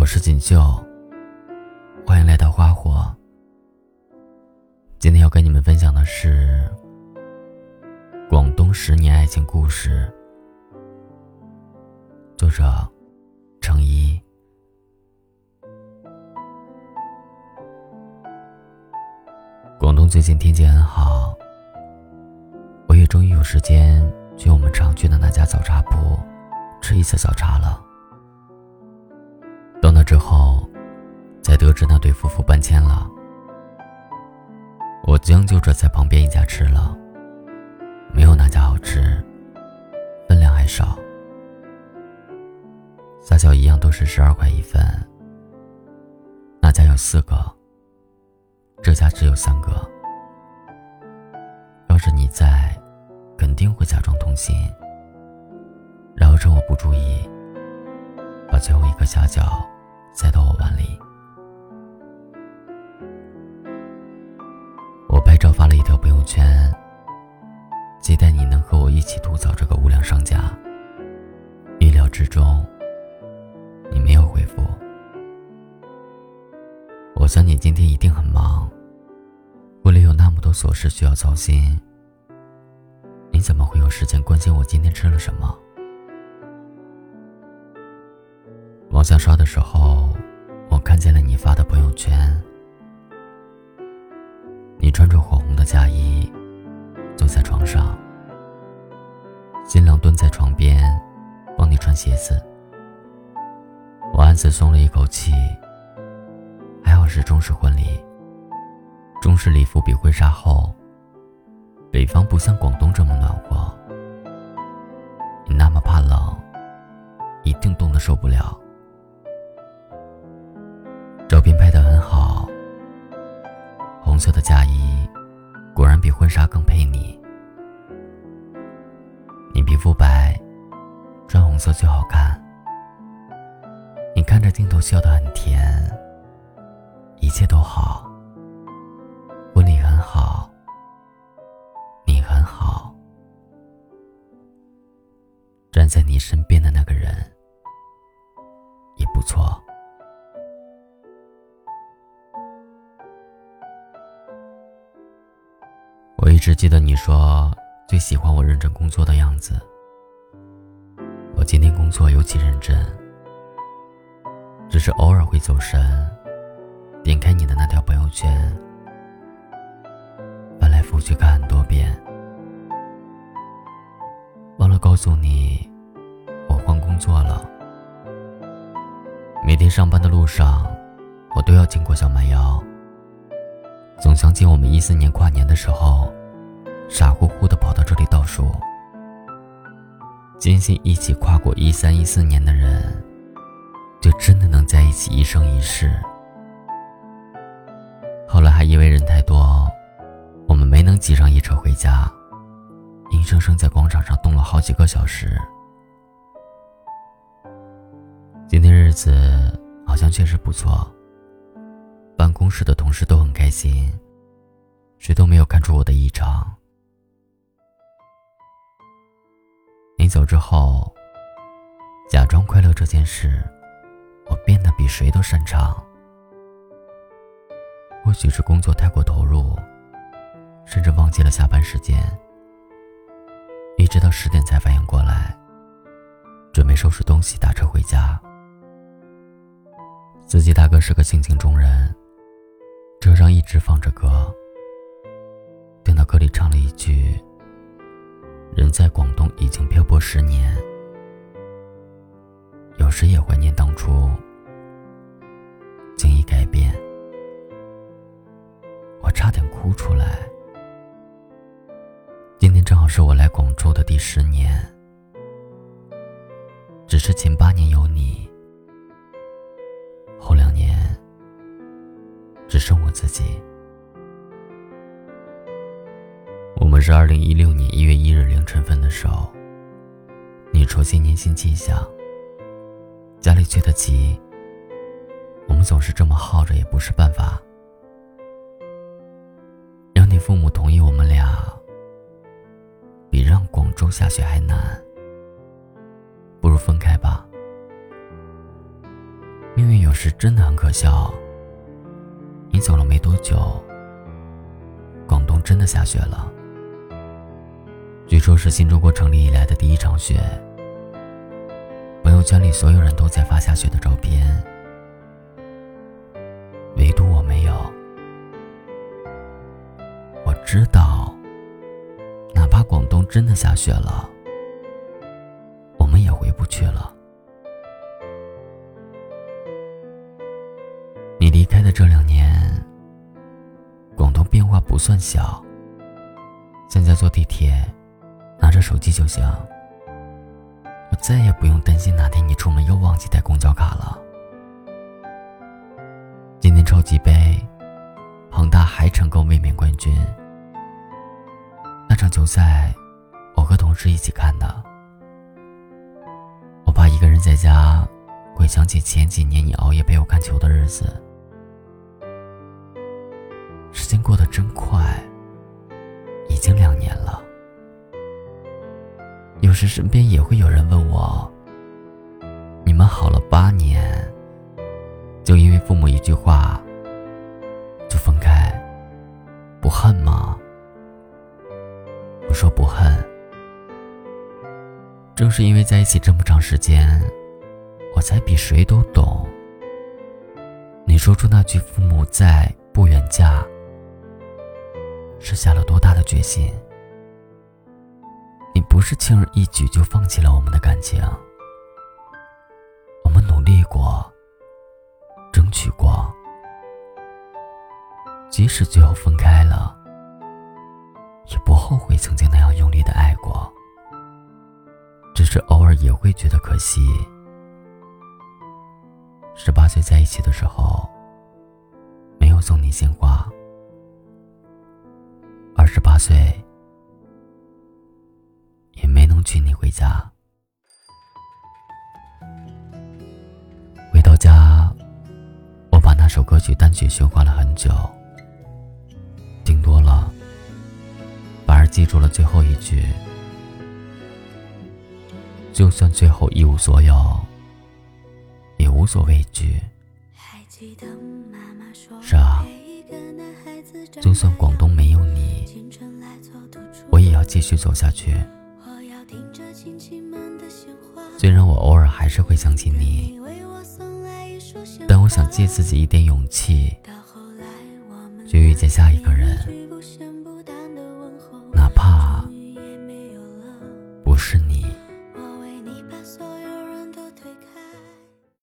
是锦绣，欢迎来到花火。今天要跟你们分享的是广东10年爱情故事，作者程一。广东最近天气很好，我也终于有时间去我们常去的那家早茶铺吃一次早茶了。到那之后，才得知那对夫妇搬迁了。我将就着在旁边一家吃了，没有那家好吃，分量还少。大小一样都是12块一份，那家有4个，这家只有3个。要是你在，肯定会假装痛心，然后趁我不注意，把最后一个虾饺塞到我碗里。我拍照发了一条朋友圈，期待你能和我一起吐槽这个无良商家。意料之中，你没有回复。我想你今天一定很忙，屋里有那么多琐事需要操心，你怎么会有时间关心我今天吃了什么？往下刷的时候，我看见了你发的朋友圈。你穿着火红的嫁衣，坐在床上，新郎蹲在床边帮你穿鞋子。我暗自松了一口气，还好是中式婚礼，中式礼服比婚纱厚，北方不像广东这么暖和。你那么怕冷，一定冻得受不了。照片拍得很好，红色的嫁衣果然比婚纱更配你。你皮肤白，穿红色最好看。你看着镜头笑得很甜，一切都好，婚礼很好，你很好，站在你身边的那个人也不错。我一直记得你说最喜欢我认真工作的样子。我今天工作尤其认真，只是偶尔会走神，点开你的那条朋友圈，翻来覆去看很多遍，忘了告诉你我换工作了。每天上班的路上，我都要经过小蛮腰，总想起我们14年跨年的时候，傻乎乎地跑到这里倒数，坚信一起跨过13、14年的人，就真的能在一起一生一世。后来还因为人太多，我们没能挤上一车回家，硬生生在广场上冻了好几个小时。今天日子好像确实不错，办公室的同事都很开心，谁都没有看出我的异常。你走之后，假装快乐这件事，我变得比谁都擅长。或许是工作太过投入，甚至忘记了下班时间，一直到10点才反应过来，准备收拾东西打车回家。司机大哥是个性情中人，车上一直放着歌，听到歌里唱了一句：人在广东已经漂泊10年，有时也怀念当初轻易改变。我差点哭出来。今天正好是我来广州的第10年，只是前8年有你，后2年只剩我自己。我们是2016年1月1日凌晨分的手，你说新年新气象，家里催得急，我们总是这么耗着也不是办法。让你父母同意我们俩，比让广州下雪还难，不如分开吧。命运有有时真的很可笑。你走了没多久，广东真的下雪了。据说是新中国成立以来的第一场雪。朋友圈里所有人都在发下雪的照片，唯独我没有。我知道，哪怕广东真的下雪了，我们也回不去了。你离开的这2年，广东变化不算小。现在坐地铁，拿着手机就行。我再也不用担心哪天你出门又忘记带公交卡了。今年超级杯，恒大还成功卫冕冠军。那场球赛，我和同事一起看的。我怕一个人在家，会想起前几年你熬夜陪我看球的日子。时间过得真快，已经2年了。有时身边也会有人问我，你们好了8年，就因为父母一句话就分开，不恨吗？我说不恨。正是因为在一起这么长时间，我才比谁都懂你说出那句父母在，不远嫁是下了多大的决心。你不是轻而易举就放弃了我们的感情，我们努力过，争取过，即使最后分开了，也不后悔曾经那样用力的爱过，只是偶尔也会觉得可惜。18岁在一起的时候，没有送你鲜花，28岁也没能娶你回家。回到家，我把那首歌曲单曲循环了很久，听多了，反而记住了最后一句：就算最后一无所有，也无所畏惧。是啊，就算广东没有你，我也要继续走下去。虽然我偶尔还是会想起你，但我想借自己一点勇气，去遇见下一个人。